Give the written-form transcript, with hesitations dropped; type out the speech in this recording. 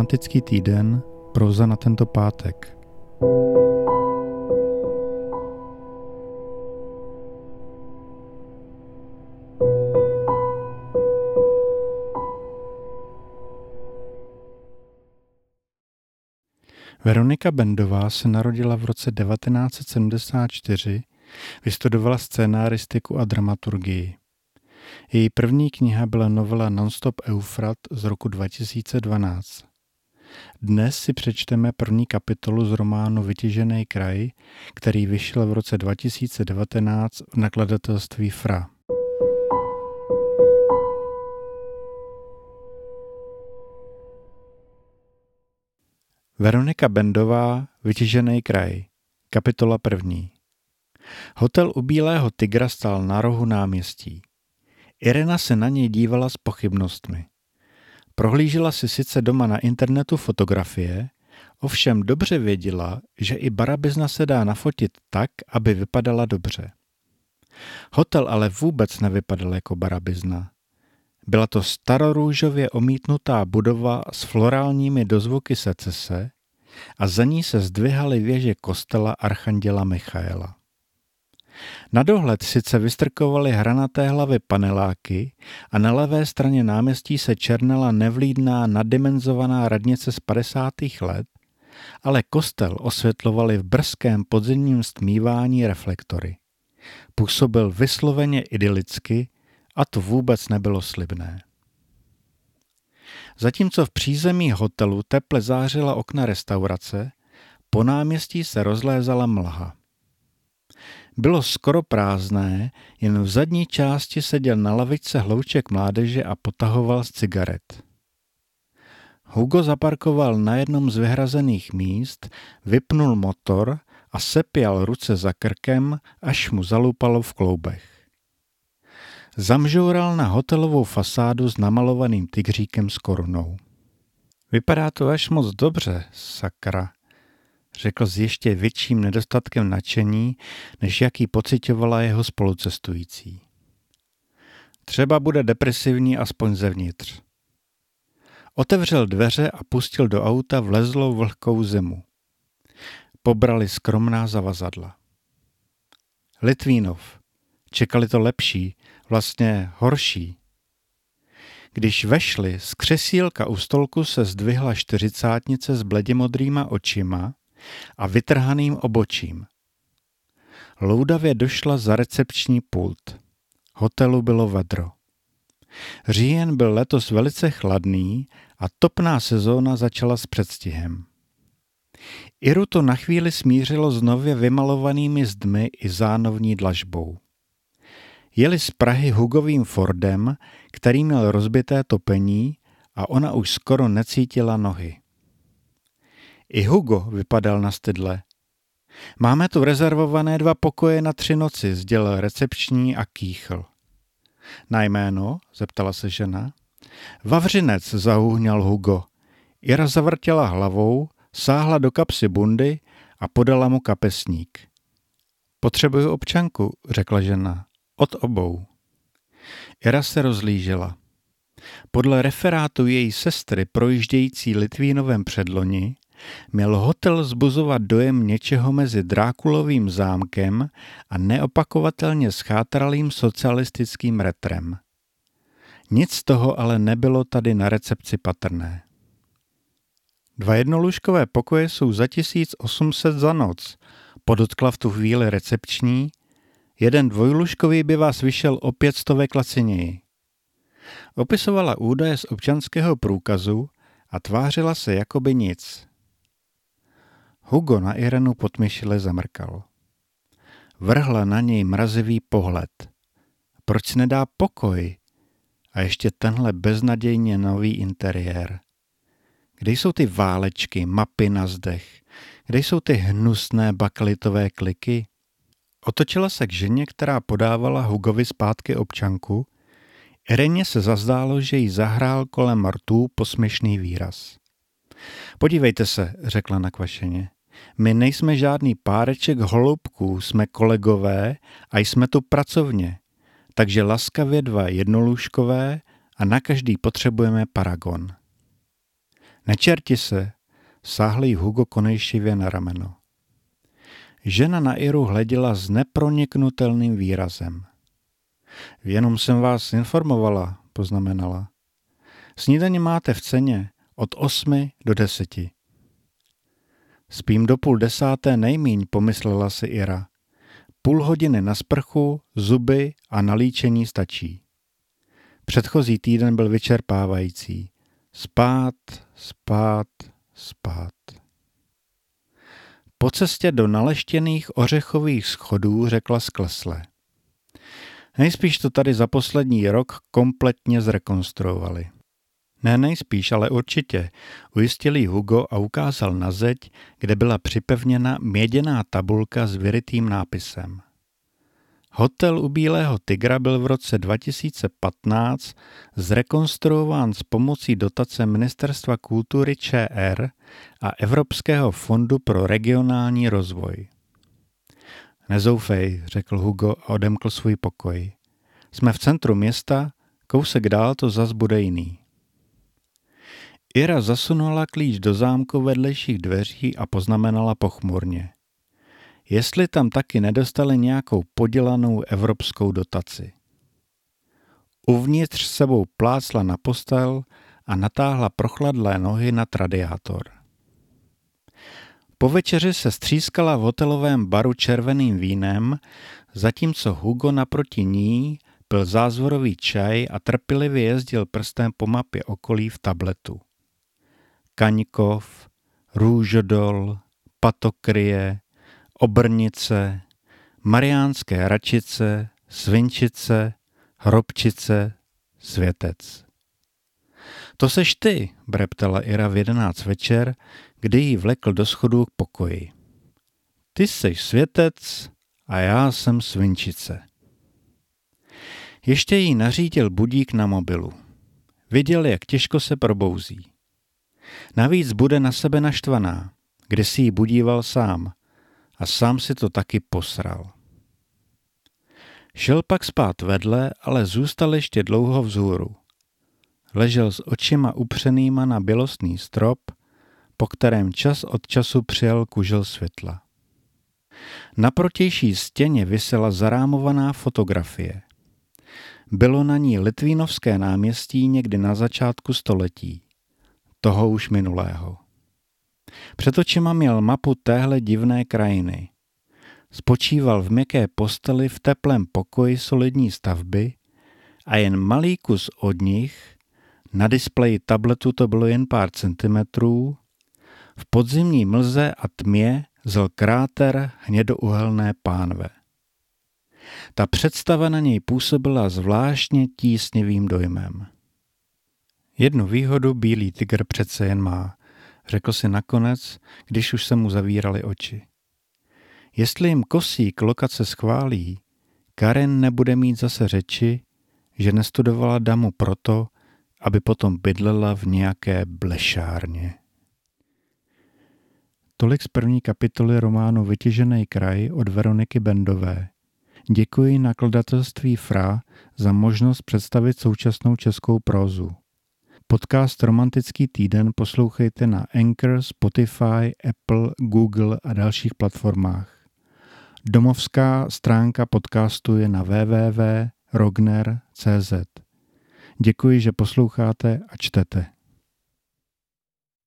romantický týden, próza na tento pátek. Veronika Bendová se narodila v roce 1974, vystudovala scénáristiku a dramaturgii. Její první kniha byla novela Nonstop Eufrat z roku 2012. Dnes si přečteme první kapitolu z románu Vytěžený kraj, který vyšel v roce 2019 v nakladatelství FRA. Veronika Bendová, Vytěžený kraj, kapitola první. Hotel u Bílého tygra stál na rohu náměstí. Irena se na něj dívala s pochybnostmi. Prohlížela si sice doma na internetu fotografie, ovšem dobře věděla, že i barabizna se dá nafotit tak, aby vypadala dobře. Hotel ale vůbec nevypadal jako barabizna. Byla to starorůžově omítnutá budova s florálními dozvuky secese a za ní se zdvihaly věže kostela Archanděla Michaela. Na dohled sice vystrkovaly hranaté hlavy paneláky a na levé straně náměstí se černala nevlídná naddimenzovaná radnice z 50. let, ale kostel osvětlovaly v brzkém podzimním stmívání reflektory. Působil vysloveně idylicky a to vůbec nebylo slibné. Zatímco v přízemí hotelu teple zářila okna restaurace, po náměstí se rozlézala mlha. Bylo skoro prázdné, jen v zadní části seděl na lavičce hlouček mládeže a potahoval z cigaret. Hugo zaparkoval na jednom z vyhrazených míst, vypnul motor a sepěl ruce za krkem, až mu zalupalo v kloubech. Zamžoural na hotelovou fasádu s namalovaným tygříkem s korunou. Vypadá to až moc dobře, sakra, řekl s ještě větším nedostatkem nadšení, než jaký pociťovala jeho spolucestující. Třeba bude depresivní aspoň zevnitř. Otevřel dveře a pustil do auta vlezlou vlhkou zimu. Pobrali skromná zavazadla. Litvínov. Čekali to lepší, vlastně horší. Když vešli, z křesílka u stolku se zdvihla čtyřicátnice s bledimodrýma očima a vytrhaným obočím. Loudavě došla za recepční pult. Hotelu bylo vedro. Říjen byl letos velice chladný a topná sezóna začala s předstihem. Iru to na chvíli smířilo s nově vymalovanými zdmi i zánovní dlažbou. Jeli z Prahy Hugovým Fordem, který měl rozbité topení a ona už skoro necítila nohy. I Hugo vypadal nastydle. Máme tu rezervované 2 pokoje na 3 noci, sdělil recepční a kýchl. Na jméno? Zeptala se žena. Vavřinec, zahůhňal Hugo. Ira zavrtěla hlavou, sáhla do kapsy bundy a podala mu kapesník. Potřebuju občanku, řekla žena. Od obou. Ira se rozlížela. Podle referátu její sestry projíždějící Litvínovem předloni měl hotel zbuzovat dojem něčeho mezi Drákulovým zámkem a neopakovatelně schátralým socialistickým retrem. Nic z toho ale nebylo tady na recepci patrné. 2 jednolůžkové pokoje jsou za 1800 za noc, podotkla v tu chvíli recepční. 1 dvojlůžkový by vás vyšel o 500 laciněji. Opisovala údaje z občanského průkazu a tvářila se jakoby nic. Hugo na Irenu potmyšile zamrkal. Vrhla na něj mrazivý pohled. Proč si nedá pokoj? A ještě tenhle beznadějně nový interiér. Kde jsou ty válečky, mapy na zdech? Kde jsou ty hnusné bakelitové kliky? Otočila se k ženě, která podávala Hugovi zpátky občanku. Ireně se zazdálo, že jí zahrál kolem rtů posměšný výraz. Podívejte se, řekla nakvašeně. My nejsme žádný páreček holoubků, jsme kolegové a jsme tu pracovně. Takže laskavě 2 jednolůžkové a na každý potřebujeme paragon. Nečerti se, sáhl jí Hugo konejšivě na rameno. Žena na Iru hleděla s neproniknutelným výrazem. Jenom jsem vás informovala, poznamenala. Snídaně máte v ceně od 8 do 10. Spím do 9:30 nejmíň, pomyslela si Ira. Půl hodiny na sprchu, zuby a na líčení stačí. Předchozí týden byl vyčerpávající. Spát, spát, spát. Po cestě do naleštěných ořechových schodů řekla sklesle. Nejspíš to tady za poslední rok kompletně zrekonstruovali. Ne, nejspíš, ale určitě, ujistil jí Hugo a ukázal na zeď, kde byla připevněna měděná tabulka s vyrytým nápisem. Hotel u Bílého tygra byl v roce 2015 zrekonstruován s pomocí dotace Ministerstva kultury ČR a Evropského fondu pro regionální rozvoj. Nezoufej, řekl Hugo a odemkl svůj pokoj. Jsme v centru města, kousek dál to zas bude jiný. Ira zasunula klíč do zámku vedlejších dveří a poznamenala pochmurně. Jestli tam taky nedostali nějakou podělanou evropskou dotaci. Uvnitř sebou plácla na postel a natáhla prochladlé nohy nad radiátor. Po večeři se střískala v hotelovém baru červeným vínem, zatímco Hugo naproti ní pil zázvorový čaj a trpělivě jezdil prstem po mapě okolí v tabletu. Kaňkov, Růžodol, Patokryje, Obrnice, Mariánské Račice, Svinčice, Hrobčice, Světec. To seš ty, breptala Ira v 11 večer, kdy jí vlekl do schodů k pokoji. Ty seš Světec a já jsem Svinčice. Ještě jí nařídil budík na mobilu. Viděl, jak těžko se probouzí. Navíc bude na sebe naštvaná, kde si ji budíval sám a sám si to taky posral. Šel pak spát vedle, ale zůstal ještě dlouho vzhůru. Ležel s očima upřenýma na bělostný strop, po kterém čas od času přijel kužel světla. Na protější stěně visela zarámovaná fotografie. Bylo na ní Litvínovské náměstí někdy na začátku století, toho už minulého. Před očima měl mapu téhle divné krajiny. Spočíval v měkké posteli v teplém pokoji solidní stavby a jen malý kus od nich, na displeji tabletu to bylo jen pár centimetrů, v podzimní mlze a tmě zel kráter hnědouhelné pánve. Ta představa na něj působila zvláštně tísnivým dojmem. Jednu výhodu Bílý tygr přece jen má, řekl si nakonec, když už se mu zavíraly oči. Jestli jim Kosík lokace schválí, Karen nebude mít zase řeči, že nestudovala damu proto, aby potom bydlela v nějaké blešárně. Tolik z první kapitoly románu Vytěžený kraj od Veroniky Bendové. Děkuji nakladatelství FRA za možnost představit současnou českou prózu. Podcast Romantický týden poslouchejte na Anchor, Spotify, Apple, Google a dalších platformách. Domovská stránka podcastu je na www.rogner.cz. Děkuji, že posloucháte a čtete.